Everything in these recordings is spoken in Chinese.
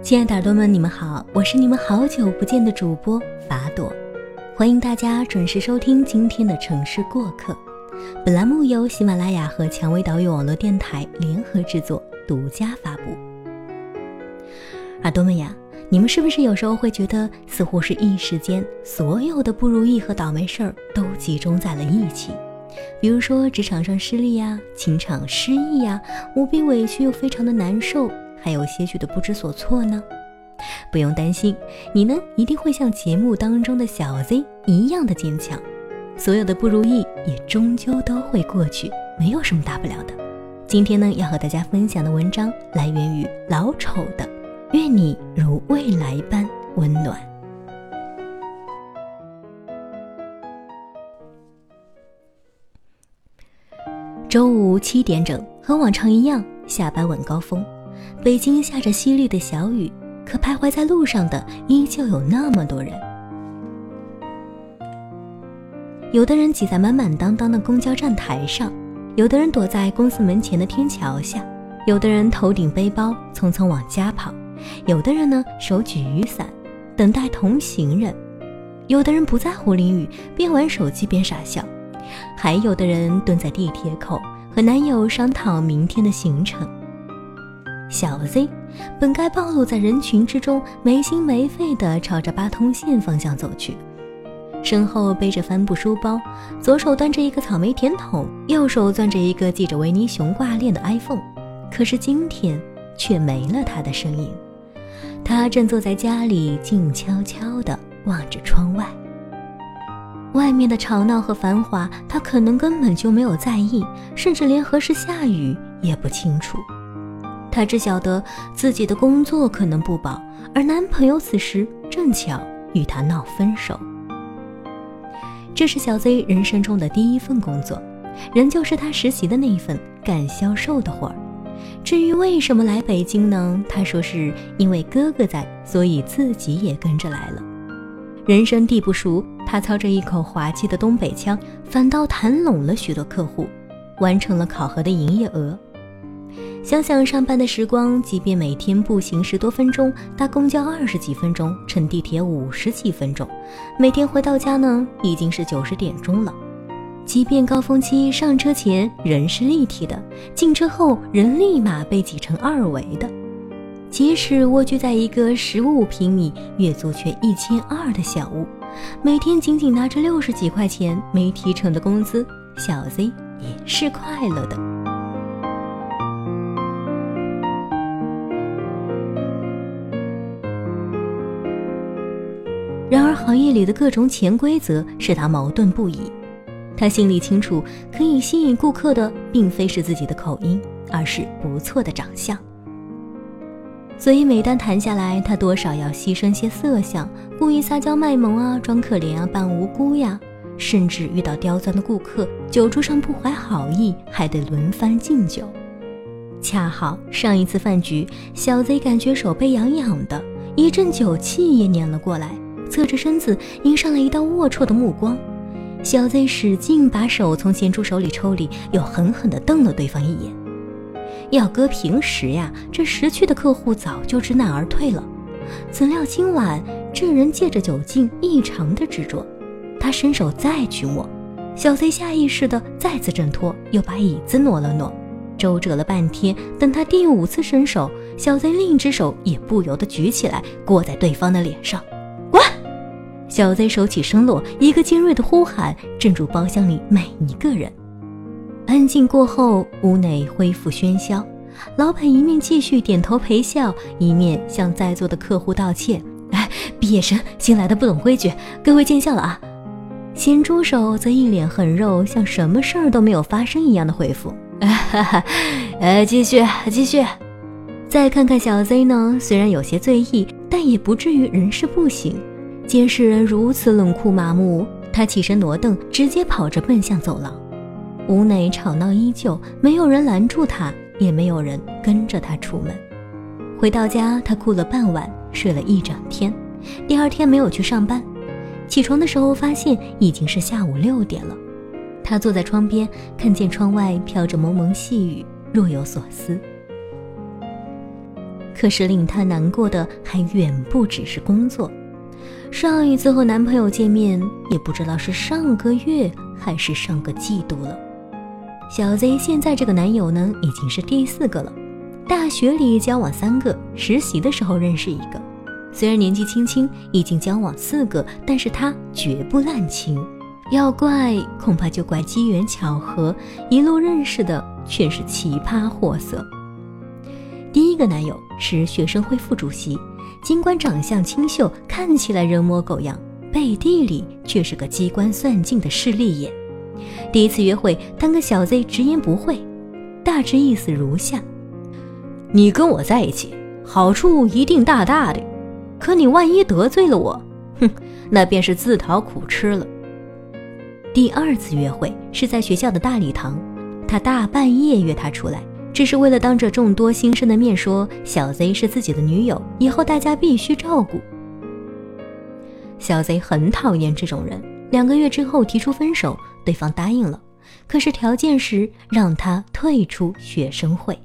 亲爱的耳朵们，你们好，我是你们好久不见的主播法朵，欢迎大家准时收听今天的城市过客。本栏目由喜马拉雅和蔷薇岛屿网络电台联合制作，独家发布。耳朵们呀，你们是不是有时候会觉得似乎是一时间所有的不如意和倒霉事儿都集中在了一起？比如说职场上失利呀，情场失意呀，无比委屈又非常的难受，还有些许的不知所措呢？不用担心，你呢一定会像节目当中的小 Z 一样的坚强，所有的不如意也终究都会过去，没有什么大不了的。今天呢要和大家分享的文章来源于老丑的愿你如未来般温暖。周五7点整，和往常一样，下班晚高峰，北京下着淅沥的小雨，可徘徊在路上的依旧有那么多人。有的人挤在满满当当的公交站台上，有的人躲在公司门前的天桥下，有的人头顶背包匆匆往家跑，有的人呢手举雨伞等待同行人，有的人不在乎淋雨，边玩手机边傻笑，还有的人蹲在地铁口和男友商讨明天的行程。小 Z 本该暴露在人群之中，没心没肺地朝着八通线方向走去，身后背着帆布书包，左手端着一个草莓甜筒，右手攥着一个系着维尼熊挂链的 iPhone。 可是今天却没了他的身影，他正坐在家里静悄悄地望着窗外，外面的吵闹和繁华他可能根本就没有在意，甚至连何时下雨也不清楚。他只晓得自己的工作可能不保，而男朋友此时正巧与他闹分手。这是小 Z 人生中的第一份工作，仍旧是他实习的那一份干销售的活儿。至于为什么来北京呢？他说是因为哥哥在，所以自己也跟着来了。人生地不熟，他操着一口滑稽的东北腔，反倒谈拢了许多客户，完成了考核的营业额。想想上班的时光，即便每天步行10多分钟，搭公交20几分钟，乘地铁50几分钟，每天回到家呢已经是90点钟了。即便高峰期上车前人是立体的，进车后人立马被挤成2维的，即使蜗居在一个15平米月租却1200的小屋，每天仅仅拿着60几块钱没提成的工资，小 Z 也是快乐的。然而行业里的各种潜规则使他矛盾不已，他心里清楚，可以吸引顾客的并非是自己的口音，而是不错的长相。所以每单谈下来，他多少要牺牲些色相，故意撒娇卖萌啊，装可怜啊，扮无辜呀，甚至遇到刁钻的顾客，酒桌上不怀好意，还得轮番敬酒。恰好上一次饭局，小 Z 感觉手背痒痒的，一阵酒气也撵了过来，侧着身子迎上了一道龌龊的目光。小 Z 使劲把手从咸猪手里抽离，又狠狠地瞪了对方一眼。要搁平时呀，这识趣的客户早就知难而退了，怎料今晚这人借着酒劲异常的执着，他伸手再去摸，小 Z 下意识地再次挣脱，又把椅子挪了挪，周折了半天，等他第5次伸手，小 Z 另一只手也不由得举起来，过在对方的脸上。滚！小 Z 手起声落，一个尖锐的呼喊震住包厢里每一个人。安静过后，屋内恢复喧嚣，老板一面继续点头陪笑，一面向在座的客户道歉。毕业生新来的不懂规矩，各位见笑了啊。咸猪手则一脸横肉，像什么事儿都没有发生一样的回复。继续。再看看小 Z 呢，虽然有些醉意，但也不至于人事不省。见世人如此冷酷麻木，他起身挪凳，直接跑着奔向走廊。屋内吵闹依旧，没有人拦住他，也没有人跟着他出门。回到家，他哭了半晚，睡了一整天，第二天没有去上班。起床的时候发现已经是下午6点了。他坐在窗边，看见窗外飘着蒙蒙细雨，若有所思。 可是令她难过的还远不只是工作。上一次和男朋友见面，也不知道是上个月还是上个季度了。小 Z 现在这个男友呢，已经是第4个了。大学里交往3个，实习的时候认识1个。虽然年纪轻轻，已经交往4个，但是他绝不滥情。要怪，恐怕就怪机缘巧合，一路认识的却是奇葩货色。第一个男友是学生会副主席，尽管长相清秀，看起来人模狗样，背地里却是个机关算尽的势利眼。第一次约会，他跟小 Z 直言不讳，大致意思如下：你跟我在一起，好处一定大大的，可你万一得罪了我，那便是自讨苦吃了。第2次约会是在学校的大礼堂，他大半夜约她出来，只是为了当着众多新生的面说小 Z 是自己的女友，以后大家必须照顾。小 Z 很讨厌这种人，2个月之后提出分手，对方答应了，可是条件是让他退出学生会。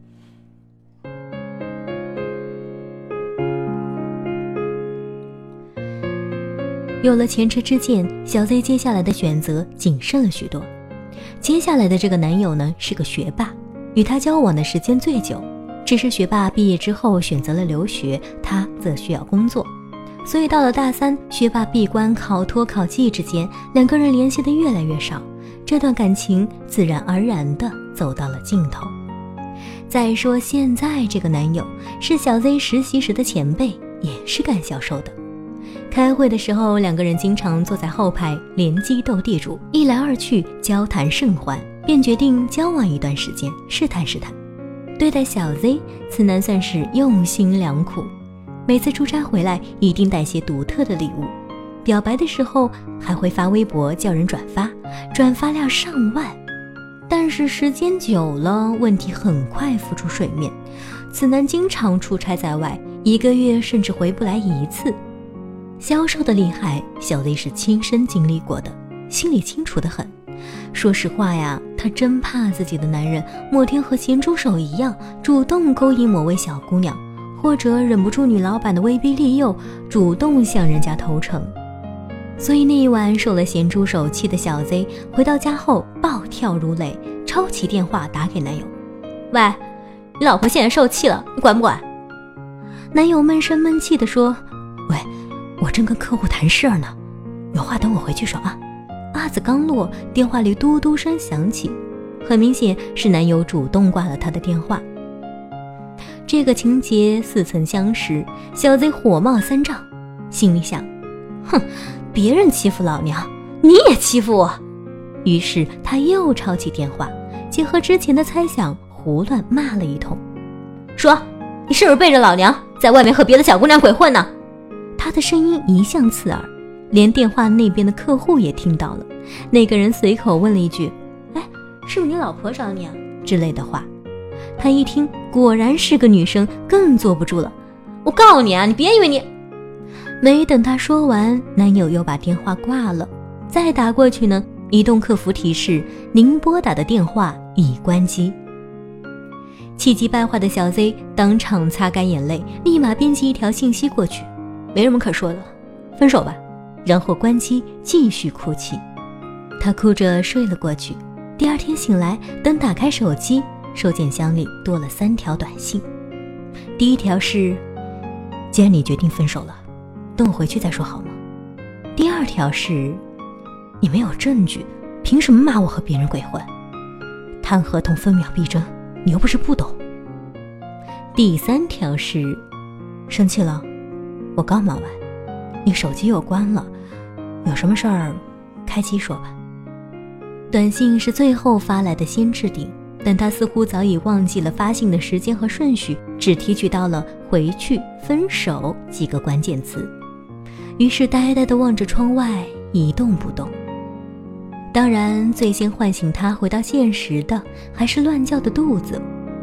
有了前车之鉴，小 Z 接下来的选择谨慎了许多。接下来的这个男友呢，是个学霸，与他交往的时间最久，只是学霸毕业之后选择了留学，他则需要工作，所以到了大3，学霸闭关考托考季之间，2个人联系的越来越少，这段感情自然而然地走到了尽头。再说现在这个男友是小 Z 实习时的前辈，也是干销售的。开会的时候，2个人经常坐在后排联机斗地主，一来二去交谈甚欢，便决定交往一段时间，试探试探。对待小 Z， 此男算是用心良苦，每次出差回来一定带些独特的礼物，表白的时候还会发微博叫人转发，转发量上万。但是时间久了，问题很快浮出水面，此男经常出差在外，1个月甚至回不来1次。销售的厉害，小 Z 是亲身经历过的，心里清楚得很。说实话呀，她真怕自己的男人某天和咸猪手一样，主动勾引某位小姑娘，或者忍不住女老板的威逼利诱，主动向人家投诚。所以那一晚受了咸猪手气的小 Z 回到家后暴跳如雷，抄起电话打给男友：喂，你老婆现在受气了，你管不管？男友闷声闷气地说：喂，我正跟客户谈事儿呢，有话等我回去说啊。话子刚落，电话里嘟嘟声响起，很明显是男友主动挂了他的电话。这个情节似曾相识，小 Z 火冒三丈，心里想：哼，别人欺负老娘，你也欺负我。于是他又抄起电话，结合之前的猜想胡乱骂了一通，说：你是不是背着老娘在外面和别的小姑娘鬼混呢？他的声音一向刺耳，连电话那边的客户也听到了。那个人随口问了一句：哎，是不是你老婆找你啊？之类的话。他一听果然是个女生，更坐不住了，我告诉你啊，你别以为你……没等他说完，男友又把电话挂了。再打过去呢，移动客服提示您拨打的电话已关机。气急败坏的小 Z 当场擦干眼泪，立马编辑一条信息过去：没什么可说的，分手吧。然后关机继续哭泣。他哭着睡了过去。第二天醒来，等打开手机，收件箱里多了3条短信。第一条是：既然你决定分手了，等我回去再说好吗？第二条是：你没有证据，凭什么骂我和别人鬼混？谈合同分秒必争，你又不是不懂。第3条是：生气了？我刚忙完，你手机又关了，有什么事儿开机说吧。短信是最后发来的先置顶，但他似乎早已忘记了发信的时间和顺序，只提取到了回去、分手几个关键词，于是呆呆地望着窗外一动不动。当然最先唤醒他回到现实的还是乱叫的肚子。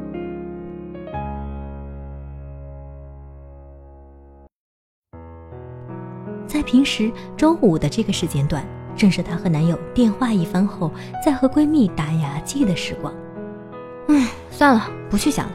在平时周五的这个时间段，正是她和男友电话一番后，再和闺蜜打牙祭的时光。算了，不去想了，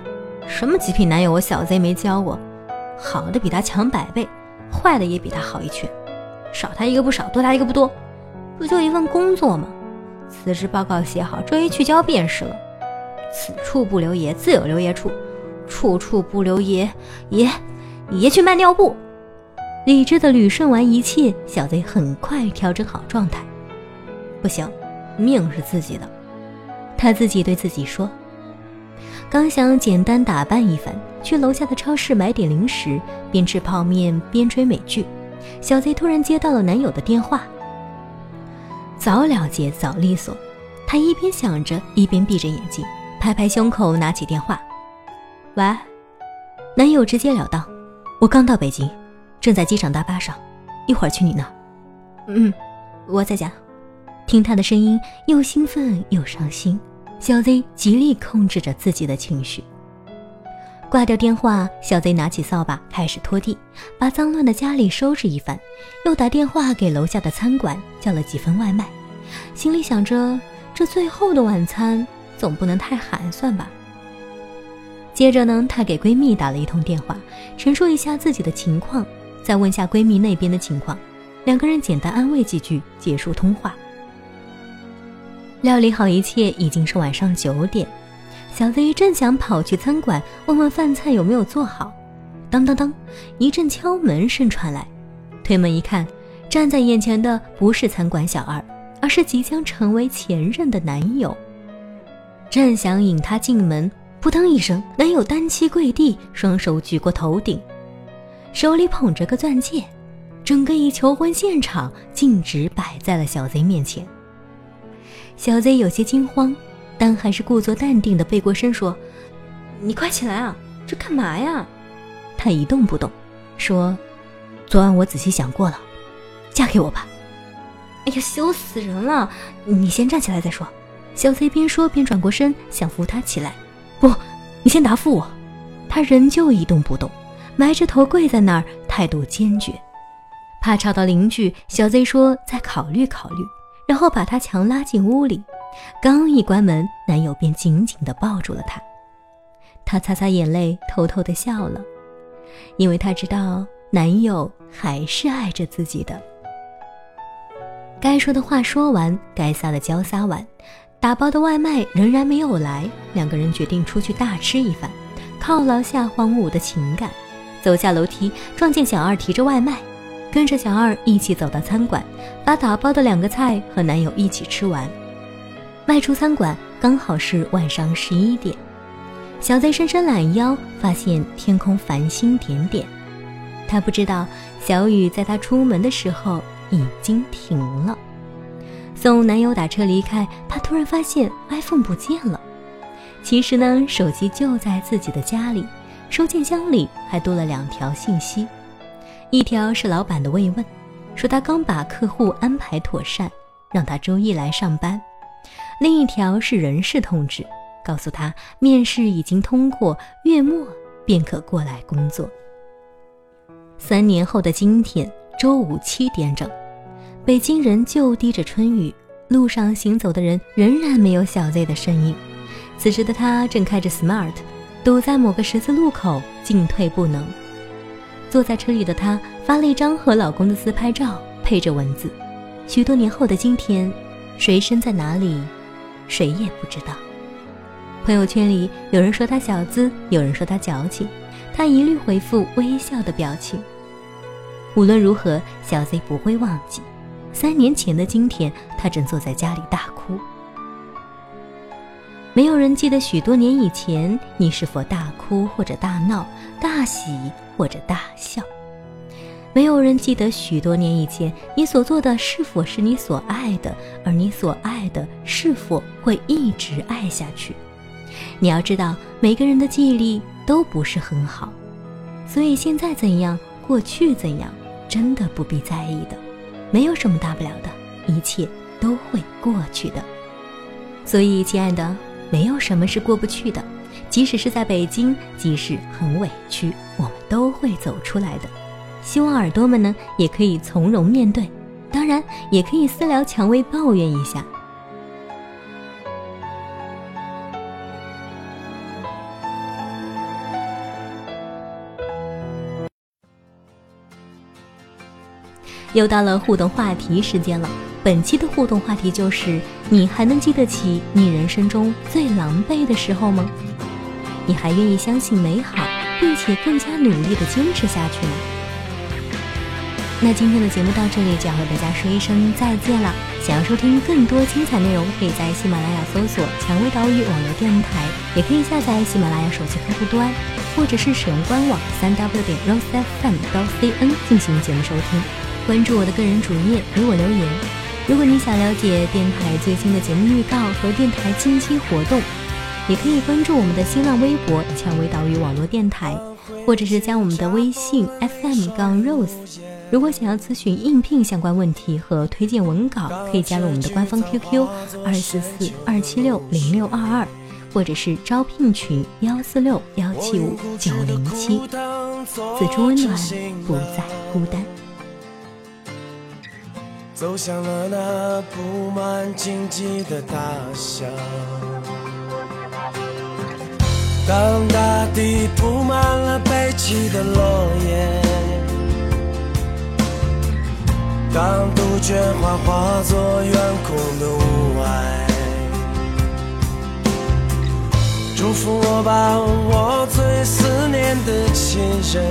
什么极品男友我小贼没教过，好的比他强100倍，坏的也比他好1圈，少他一个不少，多他一个不多，不就一份工作吗？辞职报告写好，这一去交便是了。此处不留爷，自有留爷处，处处不留爷，爷去卖尿布。理智的捋顺完一切，小贼很快调整好状态。不行，命是自己的，他自己对自己说。刚想简单打扮一番，去楼下的超市买点零食，边吃泡面边追美剧，小贼突然接到了男友的电话。早了结早利索，他一边想着一边闭着眼睛，拍拍胸口拿起电话。喂，男友直截了当，我刚到北京，正在机场大巴上，一会儿去你那儿。我在家。听他的声音又兴奋又伤心，小贼极力控制着自己的情绪。挂掉电话，小贼拿起扫把开始拖地，把脏乱的家里收拾一番，又打电话给楼下的餐馆叫了几份外卖，心里想着这最后的晚餐总不能太寒酸吧。接着呢，她给闺蜜打了一通电话，陈述一下自己的情况，再问下闺蜜那边的情况，两个人简单安慰几句，结束通话。料理好一切，已经是晚上9点。小贼正想跑去餐馆问问饭菜有没有做好，当当当，一阵敲门声传来。推门一看，站在眼前的不是餐馆小二，而是即将成为前任的男友。正想引他进门，扑腾一声，男友单膝跪地，双手举过头顶，手里捧着个钻戒，整个一求婚现场径直摆在了小贼面前。小贼有些惊慌，但还是故作淡定地背过身说：你快起来啊，这干嘛呀？他一动不动，说：昨晚我仔细想过了，嫁给我吧。哎呀，羞死人了，你先站起来再说。小贼边说边转过身想扶他起来。不，你先答复我。他仍旧一动不动，埋着头跪在那儿，态度坚决。怕吵到邻居，小贼说再考虑考虑，然后把他强拉进屋里。刚一关门，男友便紧紧地抱住了她。她擦擦眼泪，偷偷地笑了，因为她知道男友还是爱着自己的。该说的话说完，该撒的娇撒完，打包的外卖仍然没有来，两个人决定出去大吃一番，犒劳下荒芜的情感。走下楼梯，撞见小二提着外卖，跟着小二一起走到餐馆，把打包的2个菜和男友一起吃完。迈出餐馆，刚好是晚上11点。小贼伸伸懒腰，发现天空繁星点点。他不知道小雨在他出门的时候已经停了。送男友打车离开，他突然发现 iPhone 不见了。其实呢，手机就在自己的家里，收件箱里还多了2条信息。一条是老板的慰问，说他刚把客户安排妥善，让他周一来上班。另一条是人事通知，告诉他面试已经通过，月末便可过来工作。3年后的今天，周五7点整，北京仍旧滴着春雨，路上行走的人仍然没有小 Z 的身影。此时的他正开着 Smart， 堵在某个十字路口，进退不能。坐在车里的他发了一张和老公的自拍照，配着文字：许多年后的今天，谁身在哪里，谁也不知道。朋友圈里有人说他小资，有人说他矫情，他一律回复微笑的表情。无论如何，小 Z 不会忘记3年前的今天，他正坐在家里大哭。没有人记得许多年以前你是否大哭或者大闹，大喜或者大笑。没有人记得许多年以前你所做的是否是你所爱的，而你所爱的是否会一直爱下去。你要知道，每个人的记忆力都不是很好，所以现在怎样，过去怎样，真的不必在意的，没有什么大不了的，一切都会过去的。所以亲爱的，没有什么是过不去的，即使是在北京，即使很委屈，我们都会走出来的。希望耳朵们呢，也可以从容面对，当然也可以私聊蔷薇抱怨一下。 又到了互动话题时间了。本期的互动话题就是：你还能记得起你人生中最狼狈的时候吗？你还愿意相信美好，并且更加努力地坚持下去吗？那今天的节目到这里就要和大家说一声再见了。想要收听更多精彩内容，可以在喜马拉雅搜索蔷薇岛屿网络电台，也可以下载喜马拉雅手机客户端，或者是使用官网3w.rosefm.cn 进行节目收听。关注我的个人主页，给我留言。如果你想了解电台最新的节目预告和电台近期活动，也可以关注我们的新浪微博蔷薇岛屿网络电台，或者是加我们的微信 FM-Rose。如果想要咨询应聘相关问题和推荐文稿，可以加入我们的官方 QQ 244-276-0622，或者是招聘群146-175-907。此处温暖，不再孤单。 走向了那布满荆棘的大象，当大地铺满了悲泣的落叶，当杜鹃花化作远空的雾霭，祝福我吧，我最思念的亲人，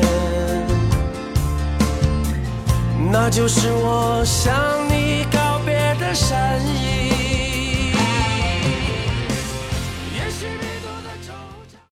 那就是我向你告别的身影。